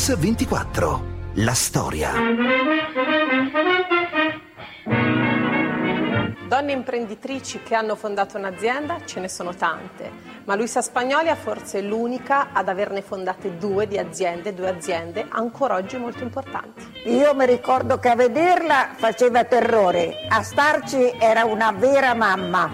Mix24. La storia. Donne imprenditrici che hanno fondato un'azienda ce ne sono tante, ma Luisa Spagnoli è forse l'unica ad averne fondate due aziende ancora oggi molto importanti. Io mi ricordo che a vederla faceva terrore, a starci era una vera mamma.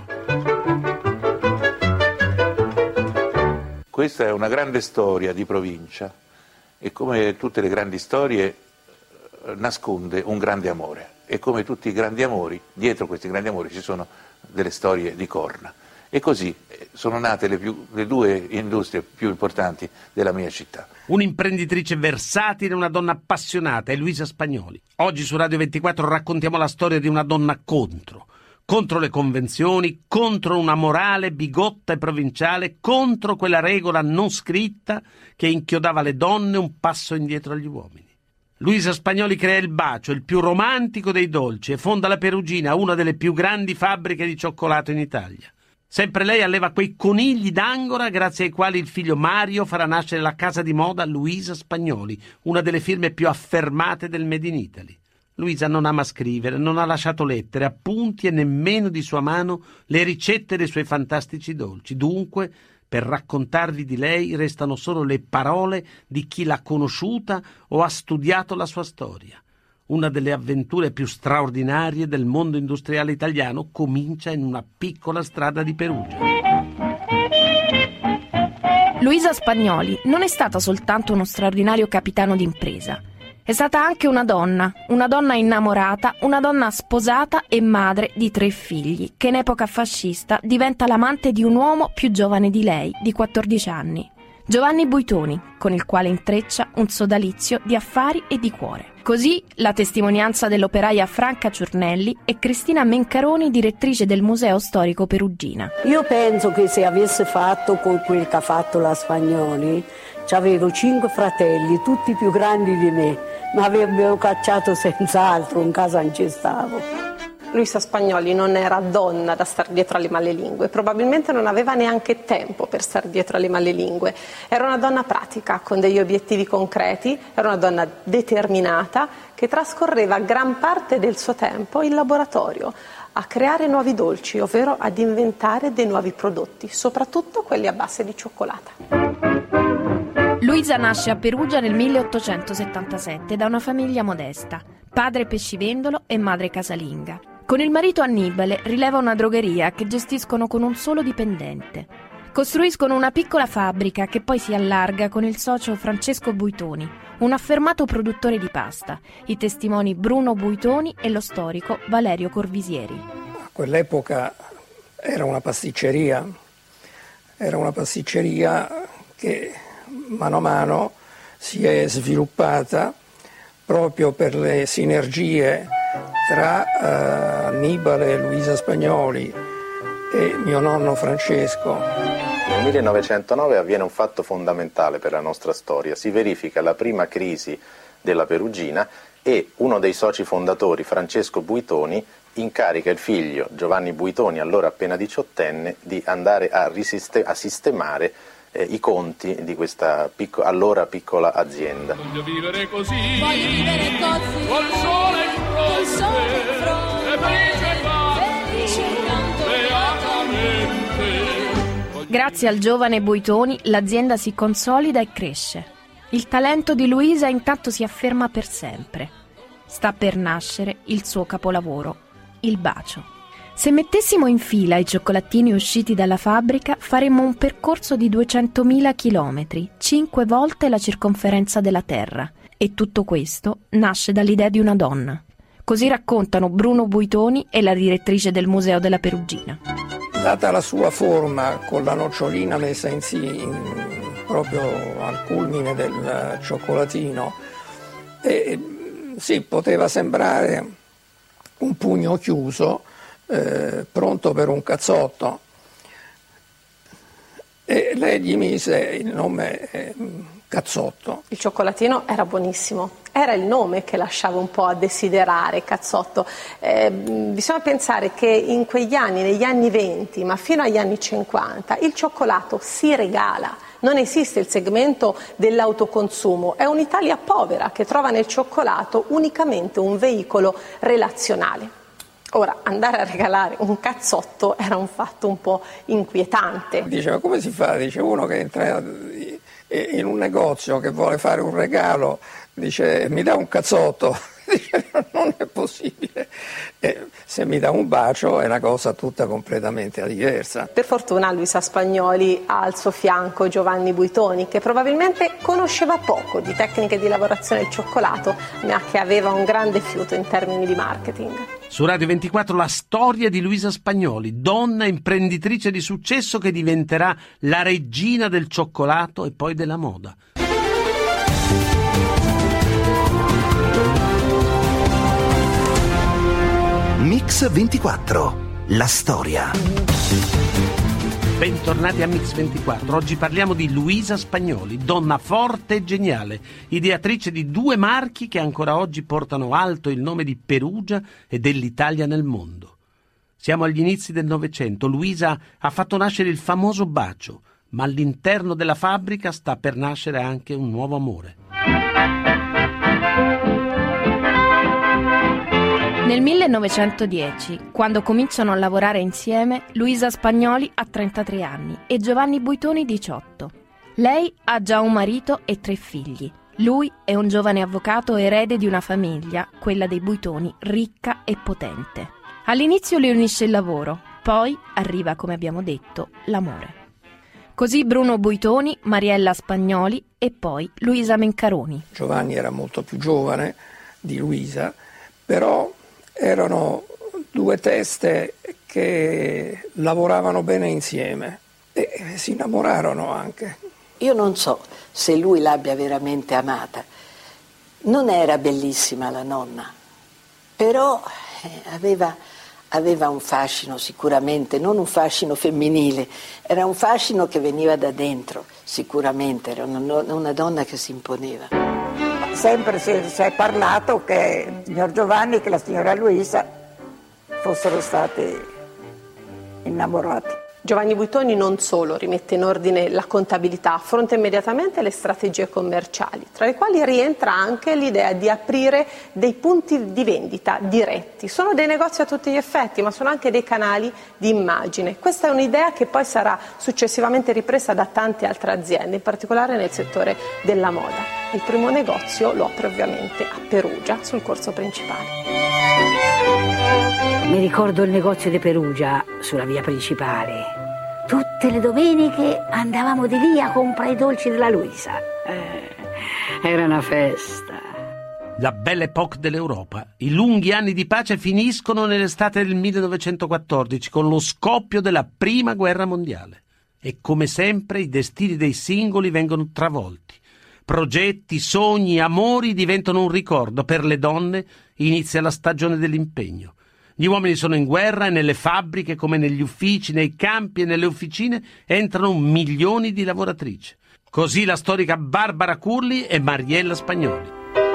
Questa è una grande storia di provincia e come tutte le grandi storie nasconde un grande amore. E come tutti i grandi amori, dietro questi grandi amori ci sono delle storie di corna. E così sono nate le due industrie più importanti della mia città. Un'imprenditrice versatile, una donna appassionata, è Luisa Spagnoli. Oggi su Radio 24 raccontiamo la storia di una donna contro le convenzioni, contro una morale bigotta e provinciale, contro quella regola non scritta che inchiodava le donne un passo indietro agli uomini. Luisa Spagnoli crea il bacio, il più romantico dei dolci, e fonda la Perugina, una delle più grandi fabbriche di cioccolato in Italia. Sempre lei alleva quei conigli d'Angora grazie ai quali il figlio Mario farà nascere la casa di moda Luisa Spagnoli, una delle firme più affermate del Made in Italy. Luisa non ama scrivere, non ha lasciato lettere, appunti e nemmeno di sua mano le ricette dei suoi fantastici dolci. Dunque, per raccontarvi di lei restano solo le parole di chi l'ha conosciuta o ha studiato la sua storia. Una delle avventure più straordinarie del mondo industriale italiano comincia in una piccola strada di Perugia. Luisa Spagnoli non è stata soltanto uno straordinario capitano d'impresa. È stata anche una donna innamorata, una donna sposata e madre di 3 figli, che in epoca fascista diventa l'amante di un uomo più giovane di lei, di 14 anni. Giovanni Buitoni, con il quale intreccia un sodalizio di affari e di cuore. Così la testimonianza dell'operaia Franca Ciurnelli e Cristina Mencaroni, direttrice del Museo Storico Perugina. Io penso che se avesse fatto quel che ha fatto la Spagnoli, avevo 5 fratelli, tutti più grandi di me, ma avrebbero cacciato senz'altro, in casa non ci stavo. Luisa Spagnoli non era donna da star dietro alle malelingue, probabilmente non aveva neanche tempo per star dietro alle malelingue. Era una donna pratica, con degli obiettivi concreti, era una donna determinata che trascorreva gran parte del suo tempo in laboratorio a creare nuovi dolci, ovvero ad inventare dei nuovi prodotti, soprattutto quelli a base di cioccolata. Luisa nasce a Perugia nel 1877 da una famiglia modesta, padre pescivendolo e madre casalinga. Con il marito Annibale rileva una drogheria che gestiscono con un solo dipendente. Costruiscono una piccola fabbrica che poi si allarga con il socio Francesco Buitoni, un affermato produttore di pasta, i testimoni Bruno Buitoni e lo storico Valerio Corvisieri. A quell'epoca era una pasticceria che mano a mano si è sviluppata proprio per le sinergie tra Annibale, Luisa Spagnoli e mio nonno Francesco. Nel 1909 avviene un fatto fondamentale per la nostra storia. Si verifica la prima crisi della Perugina e uno dei soci fondatori, Francesco Buitoni, incarica il figlio Giovanni Buitoni, allora appena 18enne, di andare a sistemare i conti di questa allora piccola azienda. Voglio vivere così, col sole in fronte, e felice canto, beatamente. Grazie al giovane Buitoni l'azienda si consolida e cresce. Il talento di Luisa intanto si afferma per sempre. Sta per nascere il suo capolavoro, il bacio. Se mettessimo in fila i cioccolatini usciti dalla fabbrica, faremmo un percorso di 200.000 chilometri, 5 volte la circonferenza della Terra. E tutto questo nasce dall'idea di una donna. Così raccontano Bruno Buitoni e la direttrice del Museo della Perugina. Data la sua forma, con la nocciolina messa proprio al culmine del cioccolatino, sì, poteva sembrare un pugno chiuso, pronto per un cazzotto, e lei gli mise il nome cazzotto. Il cioccolatino era buonissimo, era il nome che lasciava un po' a desiderare, cazzotto. Bisogna pensare che in quegli anni, negli anni 20, ma fino agli anni 50, il cioccolato si regala. Non esiste il segmento dell'autoconsumo, è un'Italia povera che trova nel cioccolato unicamente un veicolo relazionale. Ora, andare a regalare un cazzotto era un fatto un po' inquietante. Dice, ma come si fa? Dice, uno che entra in un negozio che vuole fare un regalo, dice, mi dà un cazzotto? Dice, non è possibile. Se mi dà un bacio è una cosa tutta completamente diversa. Per fortuna Luisa Spagnoli ha al suo fianco Giovanni Buitoni, che probabilmente conosceva poco di tecniche di lavorazione del cioccolato, ma che aveva un grande fiuto in termini di marketing. Su Radio 24 la storia di Luisa Spagnoli, donna imprenditrice di successo che diventerà la regina del cioccolato e poi della moda. Mix 24, la storia. Bentornati a Mix 24. Oggi parliamo di Luisa Spagnoli, donna forte e geniale, ideatrice di 2 marchi che ancora oggi portano alto il nome di Perugia e dell'Italia nel mondo. Siamo agli inizi del Novecento. Luisa ha fatto nascere il famoso bacio, ma all'interno della fabbrica sta per nascere anche un nuovo amore. Nel 1910, quando cominciano a lavorare insieme, Luisa Spagnoli ha 33 anni e Giovanni Buitoni 18. Lei ha già un marito e 3 figli. Lui è un giovane avvocato erede di una famiglia, quella dei Buitoni, ricca e potente. All'inizio li unisce il lavoro, poi arriva, come abbiamo detto, l'amore. Così Bruno Buitoni, Mariella Spagnoli e poi Luisa Mencaroni. Giovanni era molto più giovane di Luisa, però erano 2 teste che lavoravano bene insieme e si innamorarono anche. Io non so se lui l'abbia veramente amata. Non era bellissima la nonna, però aveva un fascino sicuramente, non un fascino femminile, era un fascino che veniva da dentro, sicuramente, era una donna che si imponeva. Sempre si è parlato che il signor Giovanni e la signora Luisa fossero stati innamorati. Giovanni Buitoni non solo rimette in ordine la contabilità, affronta immediatamente le strategie commerciali, tra le quali rientra anche l'idea di aprire dei punti di vendita diretti. Sono dei negozi a tutti gli effetti, ma sono anche dei canali di immagine. Questa è un'idea che poi sarà successivamente ripresa da tante altre aziende, in particolare nel settore della moda. Il primo negozio lo apre ovviamente a Perugia, sul corso principale. Mi ricordo il negozio di Perugia, sulla via principale. Tutte le domeniche andavamo di lì a comprare i dolci della Luisa. Era una festa. La Belle Époque dell'Europa. I lunghi anni di pace finiscono nell'estate del 1914 con lo scoppio della Prima Guerra Mondiale. E come sempre i destini dei singoli vengono travolti. Progetti, sogni, amori diventano un ricordo. Per le donne inizia la stagione dell'impegno. Gli uomini sono in guerra e nelle fabbriche, come negli uffici, nei campi e nelle officine, entrano milioni di lavoratrici. Così la storica Barbara Curli e Mariella Spagnoli.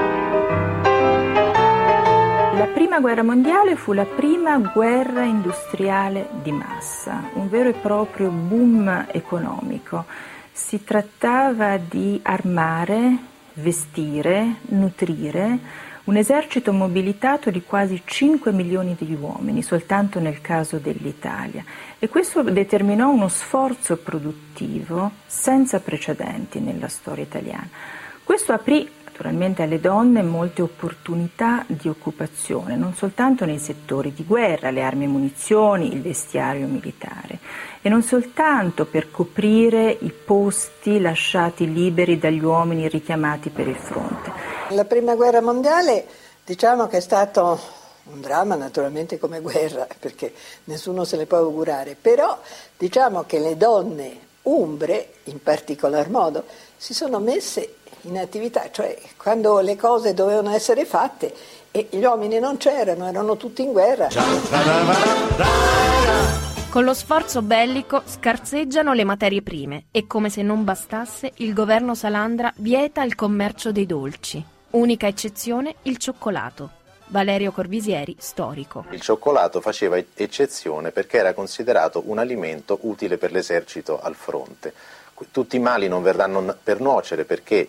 La Prima Guerra Mondiale fu la prima guerra industriale di massa, un vero e proprio boom economico. Si trattava di armare, vestire, nutrire un esercito mobilitato di quasi 5 milioni di uomini, soltanto nel caso dell'Italia. E questo determinò uno sforzo produttivo senza precedenti nella storia italiana. Questo aprì naturalmente alle donne molte opportunità di occupazione, non soltanto nei settori di guerra, le armi e munizioni, il vestiario militare, e non soltanto per coprire i posti lasciati liberi dagli uomini richiamati per il fronte. La Prima Guerra Mondiale diciamo che è stato un dramma naturalmente come guerra, perché nessuno se ne può augurare, però diciamo che le donne umbre in particolar modo si sono messe in attività, cioè quando le cose dovevano essere fatte e gli uomini non c'erano, erano tutti in guerra. Con lo sforzo bellico scarseggiano le materie prime e, come se non bastasse, il governo Salandra vieta il commercio dei dolci. Unica eccezione il cioccolato. Valerio Corvisieri, storico. Il cioccolato faceva eccezione perché era considerato un alimento utile per l'esercito al fronte. Tutti i mali non verranno per nuocere perché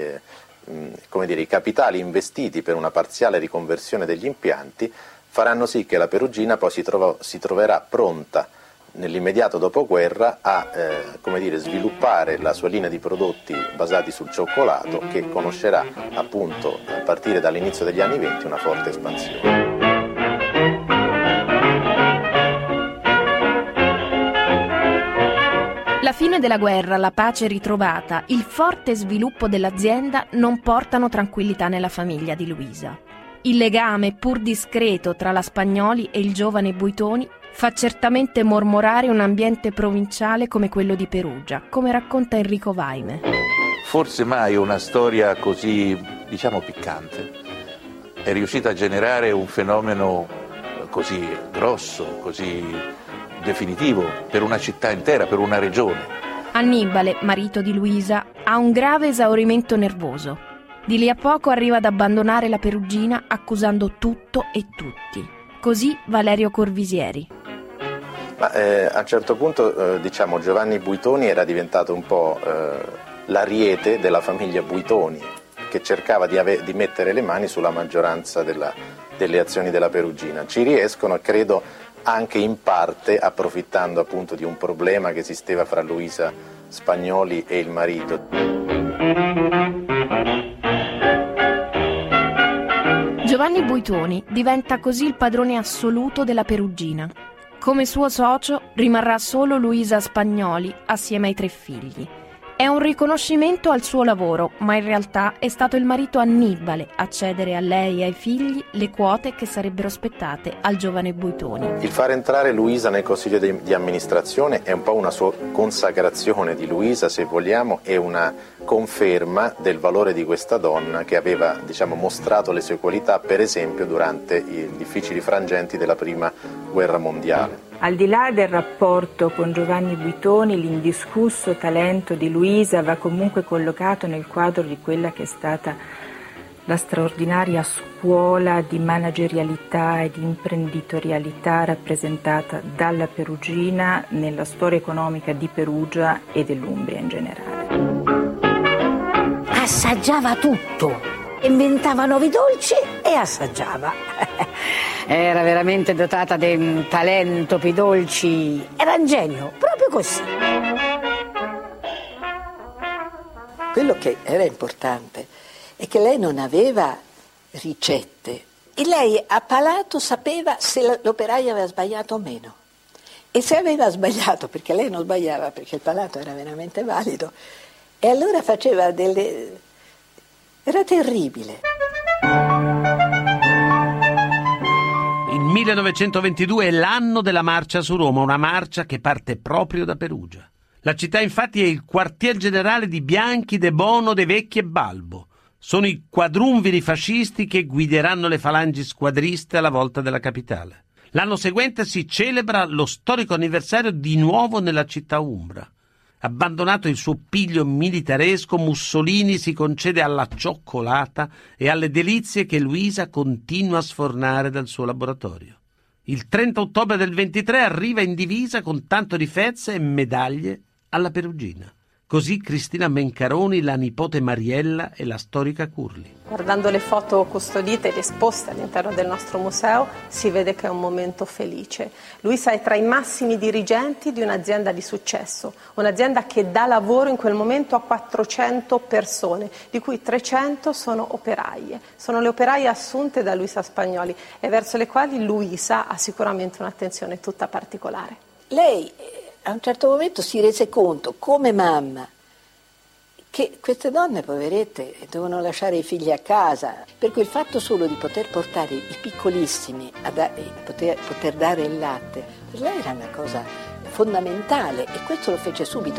i capitali investiti per una parziale riconversione degli impianti faranno sì che la Perugina poi si troverà pronta nell'immediato dopoguerra a sviluppare la sua linea di prodotti basati sul cioccolato, che conoscerà appunto a partire dall'inizio degli anni 20 una forte espansione. La fine della guerra, la pace ritrovata, il forte sviluppo dell'azienda non portano tranquillità nella famiglia di Luisa. Il legame, pur discreto, tra la Spagnoli e il giovane Buitoni fa certamente mormorare un ambiente provinciale come quello di Perugia, come racconta Enrico Vaime. Forse mai una storia così, piccante è riuscita a generare un fenomeno così grosso, così definitivo per una città intera, per una regione. Annibale, marito di Luisa, ha un grave esaurimento nervoso. Di lì a poco arriva ad abbandonare la Perugina accusando tutto e tutti. Così Valerio Corvisieri. A un certo punto Giovanni Buitoni era diventato un po' l'ariete della famiglia Buitoni, che cercava di mettere le mani sulla maggioranza delle azioni della Perugina. Ci riescono, credo, anche in parte approfittando appunto di un problema che esisteva fra Luisa Spagnoli e il marito. Giovanni Buitoni diventa così il padrone assoluto della Perugina. Come suo socio rimarrà solo Luisa Spagnoli assieme ai 3 figli. È un riconoscimento al suo lavoro, ma in realtà è stato il marito Annibale a cedere a lei e ai figli le quote che sarebbero spettate al giovane Buitoni. Il far entrare Luisa nel consiglio di amministrazione è un po' una sua consacrazione di Luisa, se vogliamo, e una conferma del valore di questa donna che aveva mostrato le sue qualità, per esempio durante i difficili frangenti della Prima Guerra Mondiale. Al di là del rapporto con Giovanni Buitoni, l'indiscusso talento di Luisa va comunque collocato nel quadro di quella che è stata la straordinaria scuola di managerialità e di imprenditorialità rappresentata dalla Perugina nella storia economica di Perugia e dell'Umbria in generale. Assaggiava tutto, inventava nuovi dolci e assaggiava. Era veramente dotata di un talento per i dolci, era un genio, proprio così. Quello che era importante è che lei non aveva ricette e lei a palato sapeva se l'operaio aveva sbagliato o meno. E se aveva sbagliato, perché lei non sbagliava, perché il palato era veramente valido, e allora faceva delle... era terribile. Il 1922 è l'anno della marcia su Roma, una marcia che parte proprio da Perugia. La città infatti è il quartier generale di Bianchi, De Bono, De Vecchi e Balbo. Sono i quadrumviri fascisti che guideranno le falangi squadriste alla volta della capitale. L'anno seguente si celebra lo storico anniversario di nuovo nella città umbra. Abbandonato il suo piglio militaresco, Mussolini si concede alla cioccolata e alle delizie che Luisa continua a sfornare dal suo laboratorio. Il 30 ottobre del 23 arriva in divisa con tanto di fezze e medaglie alla Perugina. Così Cristina Mencaroni, la nipote Mariella e la storica Curli. Guardando le foto custodite ed esposte all'interno del nostro museo, si vede che è un momento felice. Luisa è tra i massimi dirigenti di un'azienda di successo, un'azienda che dà lavoro in quel momento a 400 persone, di cui 300 sono operaie. Sono le operaie assunte da Luisa Spagnoli e verso le quali Luisa ha sicuramente un'attenzione tutta particolare. Lei a un certo momento si rese conto, come mamma, che queste donne, poverette, devono lasciare i figli a casa, per cui il fatto solo di poter portare i piccolissimi, poter dare il latte, per lei era una cosa fondamentale e questo lo fece subito.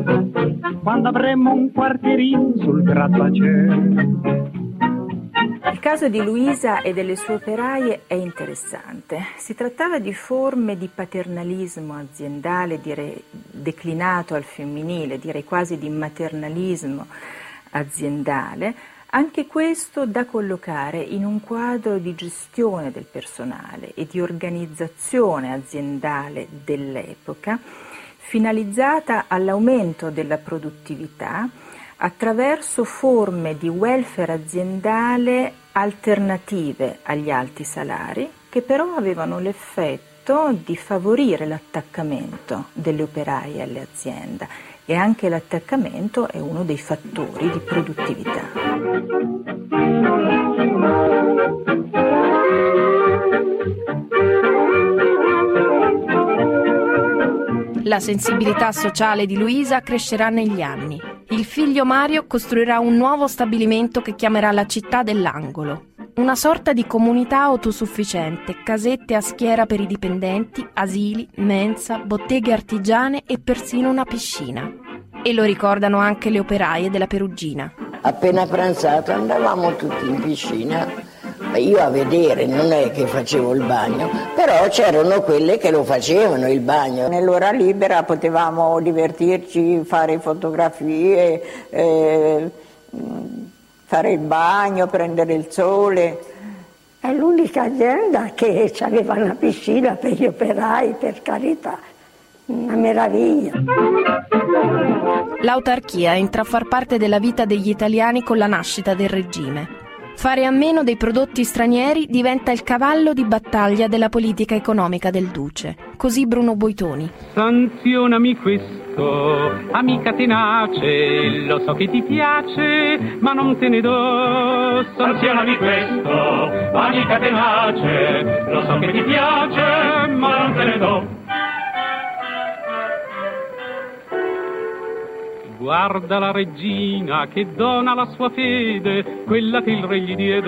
Quando avremo un quartierino sul grattacielo, Il caso di Luisa e delle sue operaie è interessante. Si trattava di forme di paternalismo aziendale, direi declinato al femminile, direi quasi di maternalismo aziendale, anche questo da collocare in un quadro di gestione del personale e di organizzazione aziendale dell'epoca, finalizzata all'aumento della produttività attraverso forme di welfare aziendale alternative agli alti salari, che però avevano l'effetto di favorire l'attaccamento delle operaie alle aziende, e anche l'attaccamento è uno dei fattori di produttività. La sensibilità sociale di Luisa crescerà negli anni. Il figlio Mario costruirà un nuovo stabilimento che chiamerà la città dell'angolo. Una sorta di comunità autosufficiente, casette a schiera per i dipendenti, asili, mensa, botteghe artigiane e persino una piscina. E lo ricordano anche le operaie della Perugina. Appena pranzato andavamo tutti in piscina. Io a vedere, non è che facevo il bagno, però c'erano quelle che lo facevano il bagno. Nell'ora libera potevamo divertirci, fare fotografie, fare il bagno, prendere il sole. È l'unica azienda che aveva una piscina per gli operai, per carità. Una meraviglia. L'autarchia entra a far parte della vita degli italiani con la nascita del regime. Fare a meno dei prodotti stranieri diventa il cavallo di battaglia della politica economica del duce. Così Bruno Boitoni. Sanzionami questo, amica tenace, lo so che ti piace, ma non te ne do. Sanzionami questo, amica tenace, lo so che ti piace, ma non te ne do. Guarda la regina che dona la sua fede, quella che il re gli diede.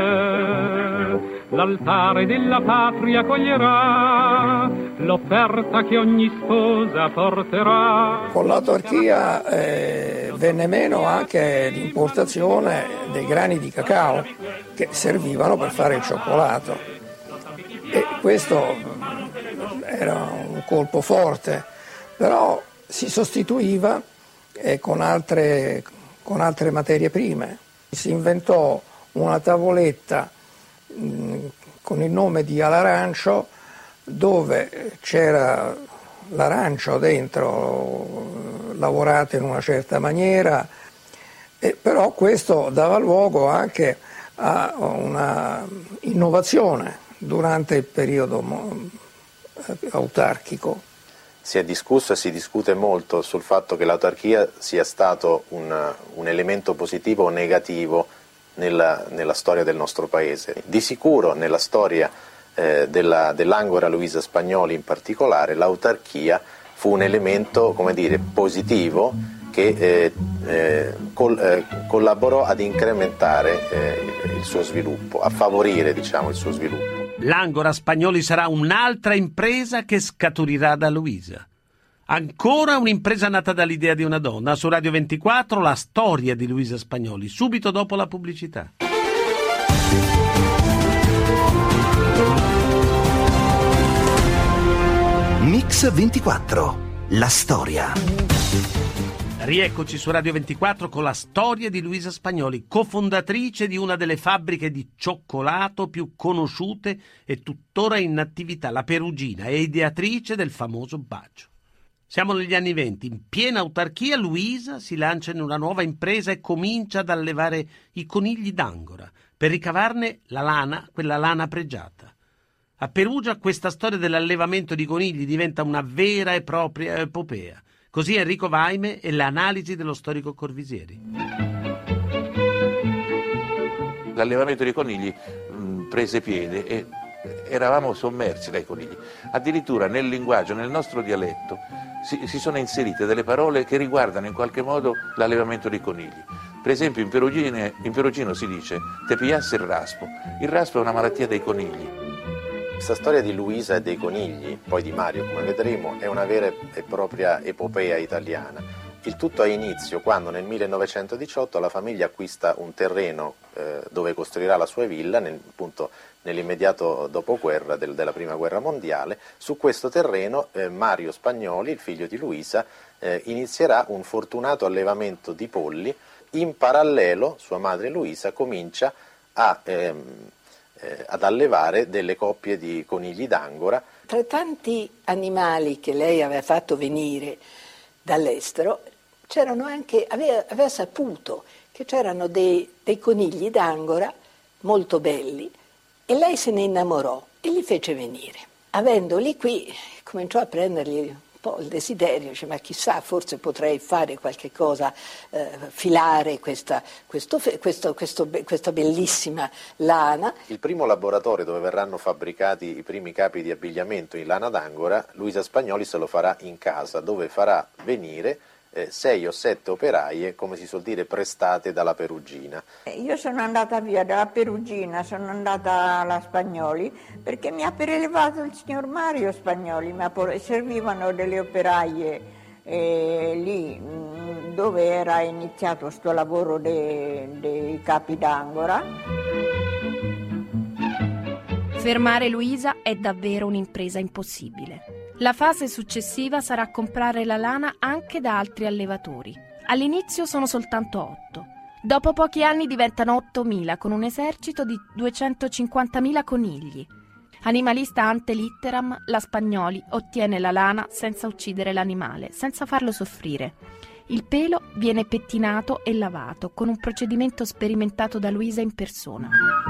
L'altare della patria coglierà l'offerta che ogni sposa porterà. Con l'autarchia venne meno anche l'importazione dei grani di cacao che servivano per fare il cioccolato. E questo era un colpo forte, però si sostituiva con altre materie prime. Si inventò una tavoletta con il nome di all'arancio, dove c'era l'arancio dentro lavorato in una certa maniera, e però questo dava luogo anche a una innovazione durante il periodo autarchico. Si è discusso e si discute molto sul fatto che l'autarchia sia stato un elemento positivo o negativo nella storia del nostro paese. Di sicuro nella storia dell'Angora Luisa Spagnoli in particolare, l'autarchia fu un elemento, come dire, positivo che collaborò ad incrementare il suo sviluppo, a favorire, diciamo, il suo sviluppo. L'Angora Spagnoli sarà un'altra impresa che scaturirà da Luisa. Ancora un'impresa nata dall'idea di una donna. Su Radio 24 la storia di Luisa Spagnoli, subito dopo la pubblicità. Mix 24, la storia. Rieccoci su Radio 24 con la storia di Luisa Spagnoli, cofondatrice di una delle fabbriche di cioccolato più conosciute e tuttora in attività, la Perugina, e ideatrice del famoso bacio. Siamo negli anni 20, in piena autarchia Luisa si lancia in una nuova impresa e comincia ad allevare i conigli d'Angora per ricavarne la lana, quella lana pregiata. A Perugia questa storia dell'allevamento di conigli diventa una vera e propria epopea. Così Enrico Vaime e le analisi dello storico Corvisieri. L'allevamento dei conigli prese piede e eravamo sommersi dai conigli. Addirittura nel linguaggio, nel nostro dialetto, si sono inserite delle parole che riguardano in qualche modo l'allevamento dei conigli. Per esempio in perugino si dice «te pigliasse il raspo». Il raspo è una malattia dei conigli. Questa storia di Luisa e dei conigli, poi di Mario come vedremo, è una vera e propria epopea italiana Il tutto ha inizio quando nel 1918 la famiglia acquista un terreno dove costruirà la sua villa, appunto nell'immediato dopoguerra della Prima Guerra Mondiale. Su questo terreno Mario Spagnoli, il figlio di Luisa, inizierà un fortunato allevamento di polli. In parallelo sua madre Luisa comincia ad allevare delle coppie di conigli d'Angora. Tra tanti animali che lei aveva fatto venire dall'estero, c'erano anche, aveva saputo che c'erano dei conigli d'Angora molto belli e lei se ne innamorò e li fece venire. Avendoli qui cominciò a prendergli un po' il desiderio, dice, ma chissà, forse potrei fare qualche cosa, filare questa bellissima lana. Il primo laboratorio dove verranno fabbricati i primi capi di abbigliamento in lana d'Angora, Luisa Spagnoli se lo farà in casa, dove farà venire 6 o 7 operaie, come si suol dire, prestate dalla Perugina. Io sono andata via dalla Perugina, sono andata alla Spagnoli perché mi ha prelevato il signor Mario Spagnoli, servivano delle operaie lì dove era iniziato sto lavoro dei capi d'Angora. Fermare Luisa è davvero un'impresa impossibile. La fase successiva sarà comprare la lana anche da altri allevatori. All'inizio sono soltanto 8. Dopo pochi anni diventano 8.000 con un esercito di 250.000 conigli. Animalista ante litteram, la Spagnoli ottiene la lana senza uccidere l'animale, senza farlo soffrire. Il pelo viene pettinato e lavato con un procedimento sperimentato da Luisa in persona.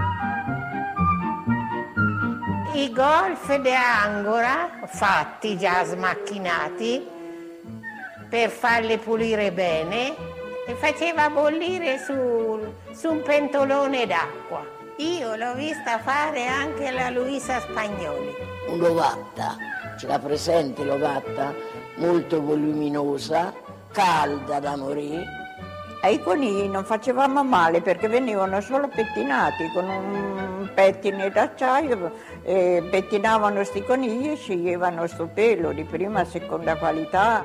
I golf di Angora, fatti già smacchinati, per farli pulire bene, e faceva bollire su un pentolone d'acqua. Io l'ho vista fare anche la Luisa Spagnoli. Un'ovatta, ce l'ha presente l'ovatta? Molto voluminosa, calda da morire. Ai conigli non facevamo male perché venivano solo pettinati con un pettine d'acciaio, pettinavano sti conigli e sceglievano sto pelo di prima e seconda qualità.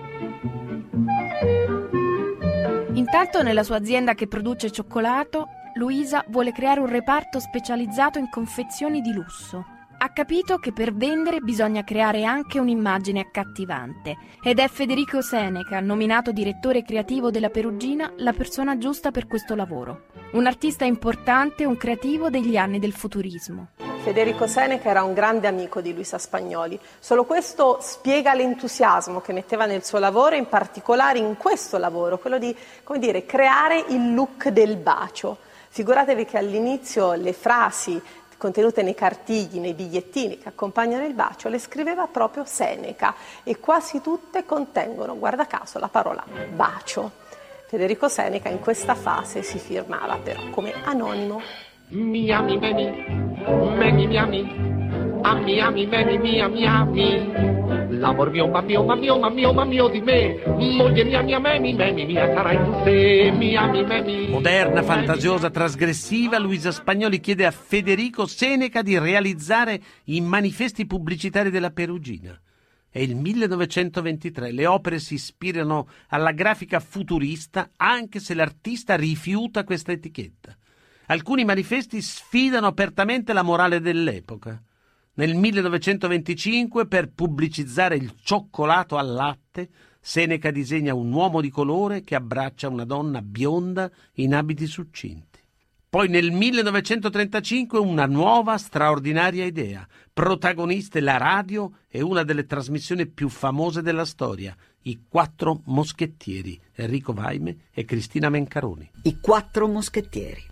Intanto nella sua azienda che produce cioccolato, Luisa vuole creare un reparto specializzato in confezioni di lusso. Ha capito che per vendere bisogna creare anche un'immagine accattivante ed è Federico Seneca, nominato direttore creativo della Perugina, la persona giusta per questo lavoro. Un artista importante, un creativo degli anni del futurismo. Federico Seneca era un grande amico di Luisa Spagnoli. Solo questo spiega l'entusiasmo che metteva nel suo lavoro, in particolare in questo lavoro, quello di, come dire, creare il look del bacio. Figuratevi che all'inizio le frasi contenute nei cartigli, nei bigliettini che accompagnano il bacio, le scriveva proprio Seneca e quasi tutte contengono, guarda caso, la parola bacio. Federico Seneca in questa fase si firmava però come anonimo. Miami, many, miami, ami, many, miami. L'amor mio, ma mio di me. Moglie mia, sarai tu te. Miami. Moderna, fantasiosa, trasgressiva, Luisa Spagnoli chiede a Federico Seneca di realizzare i manifesti pubblicitari della Perugina. È il 1923, le opere si ispirano alla grafica futurista anche se l'artista rifiuta questa etichetta. Alcuni manifesti sfidano apertamente la morale dell'epoca. Nel 1925, per pubblicizzare il cioccolato al latte, Seneca disegna un uomo di colore che abbraccia una donna bionda in abiti succinti. Poi nel 1935 una nuova straordinaria idea. Protagoniste la radio e una delle trasmissioni più famose della storia, I Quattro Moschettieri, Enrico Vaime e Cristina Mencaroni. I Quattro Moschettieri.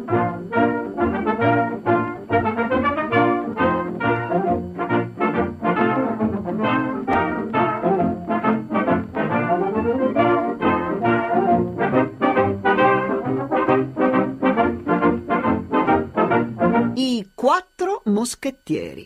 I Quattro Moschettieri.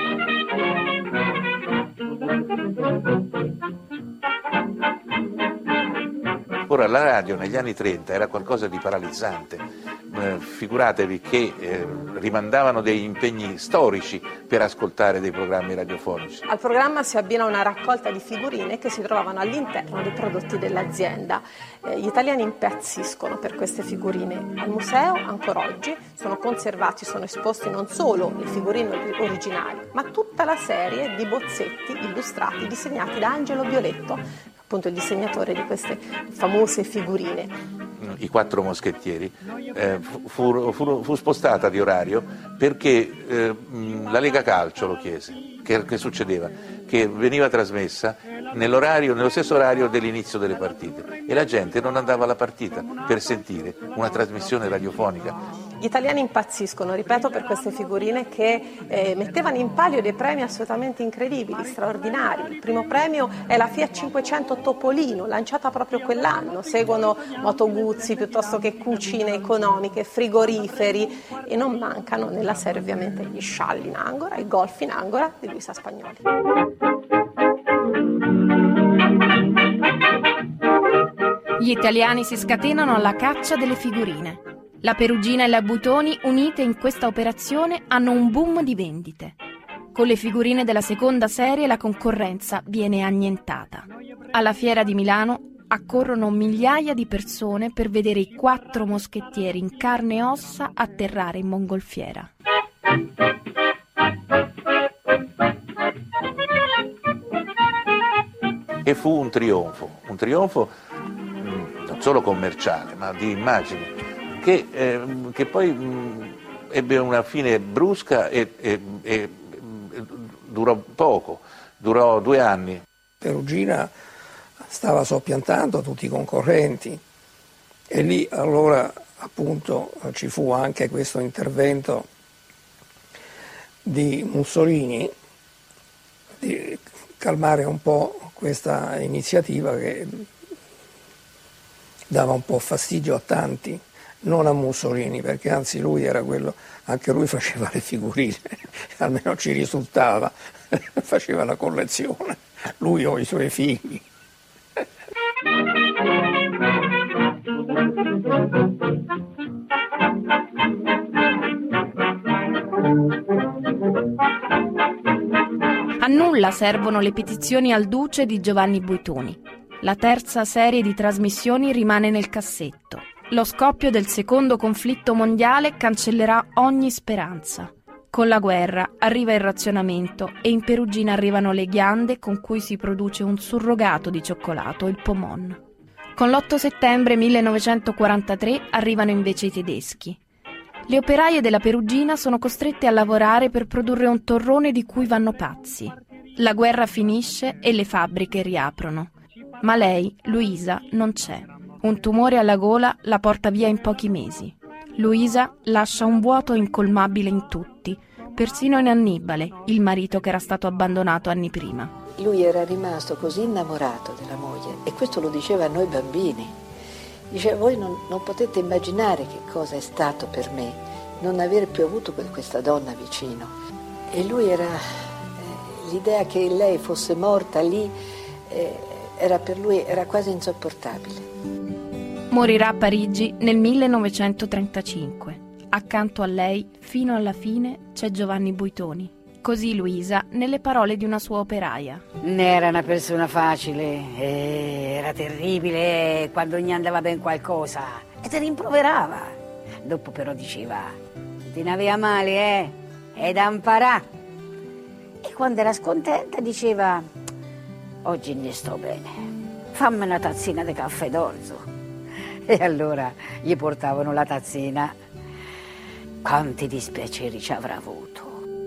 Ora, la radio negli anni 30 era qualcosa di paralizzante. Figuratevi che rimandavano degli impegni storici per ascoltare dei programmi radiofonici. Al programma si abbina una raccolta di figurine che si trovavano all'interno dei prodotti dell'azienda. Gli italiani impazziscono per queste figurine. Al museo ancora oggi sono conservati, sono esposti non solo le figurine originali, ma tutta la serie di bozzetti illustrati disegnati da Angelo Violetto, appunto il disegnatore di queste famose figurine. I Quattro Moschettieri fu spostata di orario perché la Lega Calcio lo chiese. Che succedeva? Che veniva trasmessa nello stesso orario dell'inizio delle partite e la gente non andava alla partita per sentire una trasmissione radiofonica. Gli italiani impazziscono, ripeto, per queste figurine che mettevano in palio dei premi assolutamente incredibili, straordinari. Il primo premio è la Fiat 500 Topolino, lanciata proprio quell'anno. Seguono Moto Guzzi piuttosto che cucine economiche, frigoriferi e non mancano nella serie ovviamente gli scialli in angora, i golf in angora di Luisa Spagnoli. Gli italiani si scatenano alla caccia delle figurine. La Perugina e la Buitoni, unite in questa operazione, hanno un boom di vendite. Con le figurine della seconda serie la concorrenza viene annientata. Alla Fiera di Milano accorrono migliaia di persone per vedere i Quattro Moschettieri in carne e ossa atterrare in mongolfiera. E fu un trionfo non solo commerciale, ma di immagini, che poi ebbe una fine brusca e durò poco, durò 2 anni. Perugina stava soppiantando tutti i concorrenti e lì allora appunto ci fu anche questo intervento di Mussolini di calmare un po' questa iniziativa che dava un po' fastidio a tanti, non a Mussolini, perché anzi lui era quello, anche lui faceva le figurine, almeno ci risultava, faceva la collezione, lui o i suoi figli. A nulla servono le petizioni al duce di Giovanni Buitoni. La terza serie di trasmissioni rimane nel cassetto. Lo scoppio del secondo conflitto mondiale cancellerà ogni speranza. Con la guerra arriva il razionamento e in Perugina arrivano le ghiande con cui si produce un surrogato di cioccolato, il pomon. Con l'8 settembre 1943 arrivano invece i tedeschi. Le operaie della Perugina sono costrette a lavorare per produrre un torrone di cui vanno pazzi. La guerra finisce e le fabbriche riaprono. Ma lei, Luisa, non c'è. Un tumore alla gola la porta via in pochi mesi. Luisa lascia un vuoto incolmabile in tutti, persino in Annibale, il marito che era stato abbandonato anni prima. Lui era rimasto così innamorato della moglie e questo lo diceva a noi bambini. Diceva, voi non potete immaginare che cosa è stato per me non aver più avuto questa donna vicino. E lui era, l'idea che lei fosse morta lì era per lui era quasi insopportabile. Morirà a Parigi nel 1935. Accanto a lei, fino alla fine, c'è Giovanni Buitoni. Così Luisa, nelle parole di una sua operaia. Non era una persona facile, era terribile quando gli andava ben qualcosa e ti rimproverava. Dopo però diceva, ti ne aveva male, è da imparare. E quando era scontenta diceva, oggi ne sto bene, fammi una tazzina di caffè d'orzo. E allora gli portavano la tazzina. Quanti dispiaceri ci avrà avuto.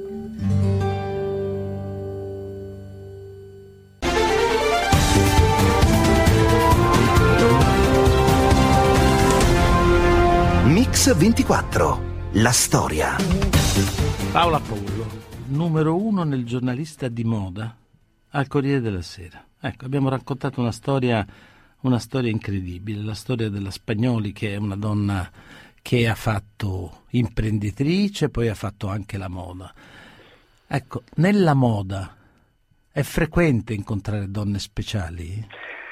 Mix 24, la storia. Paola Pollo, numero 1 nel giornalista di moda al Corriere della Sera. Ecco, abbiamo raccontato una storia incredibile, la storia della Spagnoli, che è una donna che ha fatto imprenditrice, poi ha fatto anche la moda. Ecco, nella moda è frequente incontrare donne speciali? Ma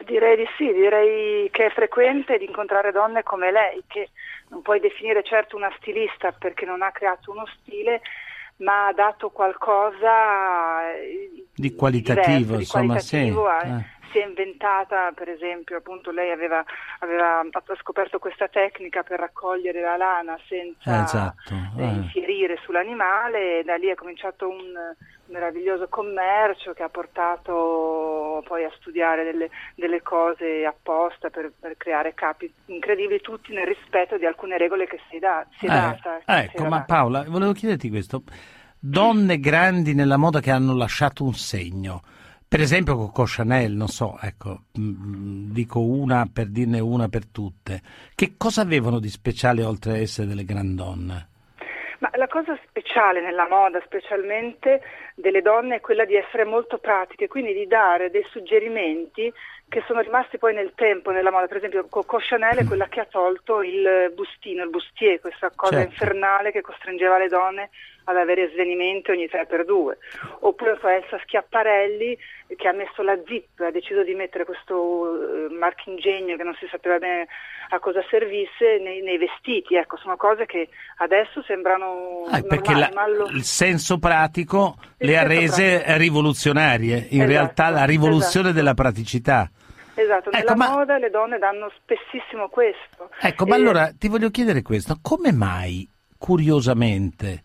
Direi di sì, direi che è frequente di incontrare donne come lei, che non puoi definire certo una stilista perché non ha creato uno stile, ma ha dato qualcosa di qualitativo, diverso, insomma, si è inventata, per esempio, appunto lei aveva scoperto questa tecnica per raccogliere la lana senza infierire sull'animale, e da lì è cominciato un meraviglioso commercio che ha portato poi a studiare delle cose apposta per creare capi incredibili, tutti nel rispetto di alcune regole che si è data. Ma Paola, volevo chiederti questo: donne grandi nella moda che hanno lasciato un segno, per esempio Coco Chanel, non so, ecco, dico una per dirne una per tutte, che cosa avevano di speciale oltre a essere delle grandonne? Ma la cosa speciale nella moda, specialmente delle donne, è quella di essere molto pratiche, quindi di dare dei suggerimenti che sono rimasti poi nel tempo nella moda. Per esempio Coco Chanel è quella che ha tolto il bustino, il bustier, questa cosa infernale che costringeva le donne ad avere svenimenti ogni 3x2. Oppure Elsa Schiaparelli, che ha messo la zip, ha deciso di mettere questo marchingegno che non si sapeva bene a cosa servisse nei vestiti. Ecco, sono cose che adesso sembrano perché il senso pratico le ha rese rivoluzionarie, in realtà la rivoluzione della praticità. Esatto, nella moda le donne danno spessissimo questo. Ecco, ma allora ti voglio chiedere questo: come mai, curiosamente,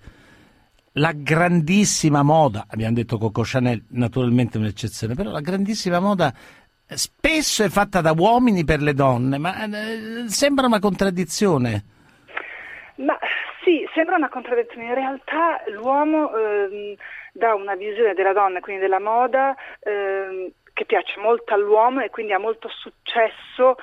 la grandissima moda, abbiamo detto Coco Chanel, naturalmente un'eccezione, però la grandissima moda spesso è fatta da uomini per le donne, ma sembra una contraddizione. Ma sì, sembra una contraddizione. In realtà l'uomo dà una visione della donna, quindi della moda, che piace molto all'uomo e quindi ha molto successo.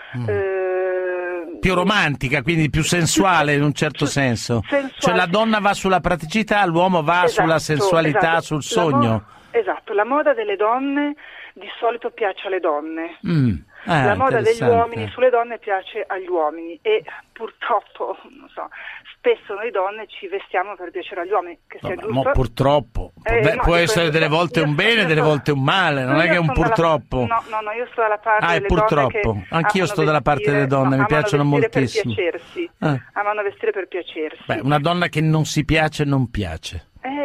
Più romantica, quindi più sensuale in un certo senso. Cioè la donna va sulla praticità, l'uomo va sulla sensualità, sul sogno. Esatto, la moda delle donne di solito piace alle donne. La moda degli uomini sulle donne piace agli uomini e purtroppo, non so, spesso noi donne ci vestiamo per piacere agli uomini, che sia giusto. Purtroppo, può essere delle volte un bene, delle volte un male, non è che è un purtroppo. No, io sto dalla parte delle purtroppo. donne che anch'io sto dalla parte delle donne, mi piacciono moltissimo. Amano vestire per piacersi. Una donna che non si piace non piace.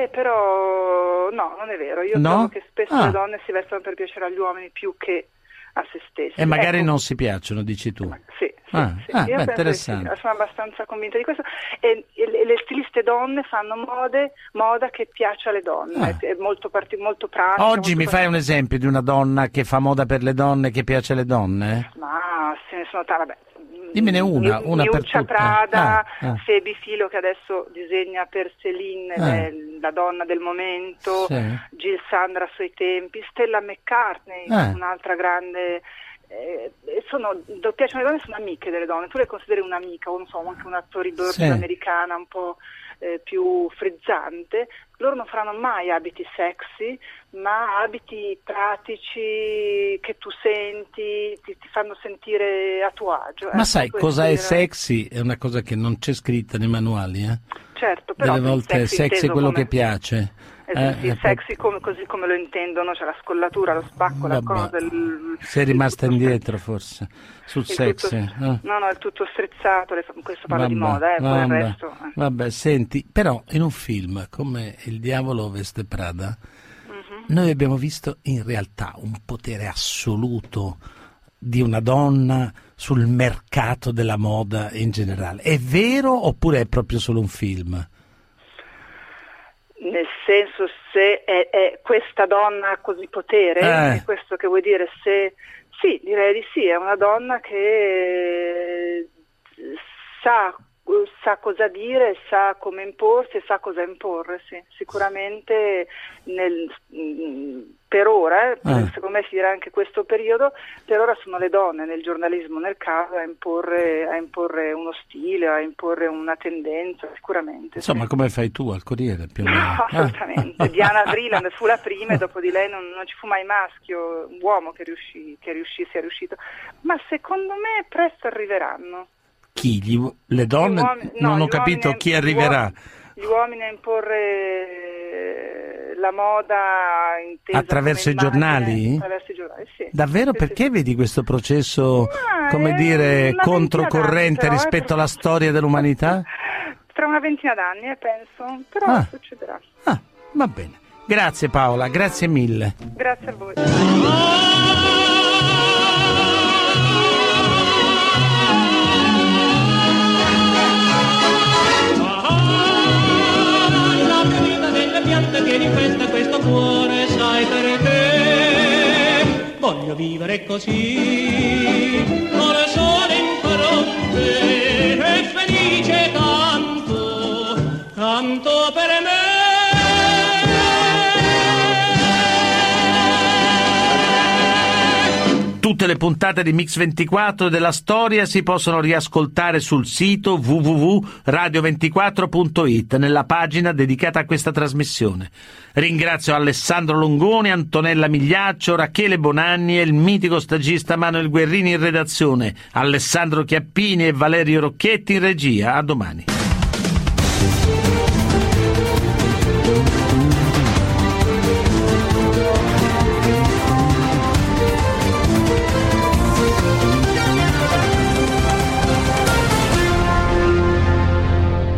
Però no, non è vero. Io trovo che spesso le donne si vestono per piacere agli uomini più che a se stessi. E magari non si piacciono, dici tu. Sì. Io interessante. sono abbastanza convinta di questo. E le stiliste donne fanno moda che piace alle donne, è molto pratica. Oggi mi fai un esempio di una donna che fa moda per le donne, che piace alle donne? Ma se ne sono vabbè. Dimmene una per tutte. Prada, Phoebe Philo che adesso disegna per Céline, la donna del momento, Jill Sandra a suoi tempi, Stella McCartney, un'altra grande. Piacciono le donne, sono amiche delle donne. Tu le consideri un'amica, o non so, anche una Tory Burch americana un po' più frizzante. Loro non faranno mai abiti sexy, ma abiti pratici che tu senti, ti fanno sentire a tuo agio. Ma sai cosa è sexy? È una cosa che non c'è scritta nei manuali, Certo, però delle volte sexy è quello che piace. Sexy così come lo intendono, c'è la scollatura, lo spacco, la cosa. Sei rimasta indietro forse sul sexy. No, è tutto strizzato, questo parla di moda, poi il resto. Vabbè, senti, però in un film come Il diavolo veste Prada, noi abbiamo visto in realtà un potere assoluto di una donna sul mercato della moda in generale. È vero oppure è proprio solo un film? Nel senso, se è questa donna ha così potere, è questo che vuoi dire? Sì, direi di sì, è una donna che sa cosa dire, sa come imporsi e sa cosa imporre, sì. Sicuramente per ora, secondo me si dirà anche questo periodo, per ora sono le donne nel giornalismo, nel caso, a imporre uno stile, a imporre una tendenza, sicuramente. Insomma, come fai tu al Corriere, più o meno? No, assolutamente. Diana Vreeland fu la prima e dopo di lei non ci fu mai maschio, uomo che sia riuscito. Ma secondo me presto arriveranno. Chi? Le donne? Non ho capito chi arriverà. Gli uomini a imporre la moda intesa attraverso i come immagine, giornali? Attraverso i giornali, sì. Davvero? Sì, perché sì. vedi questo processo, come dire, una controcorrente ventina d'anni, rispetto alla storia dell'umanità? Tra una ventina d'anni, penso, però succederà. Va bene. Grazie Paola, grazie mille. Grazie a voi. Che rifletta questo cuore, sai perché voglio vivere così, con le sole in fronte e felice canto per me. Tutte le puntate di Mix24 della storia si possono riascoltare sul sito www.radio24.it nella pagina dedicata a questa trasmissione. Ringrazio Alessandro Longoni, Antonella Migliaccio, Rachele Bonanni e il mitico stagista Manuel Guerrini in redazione, Alessandro Chiappini e Valerio Rocchetti in regia. A domani.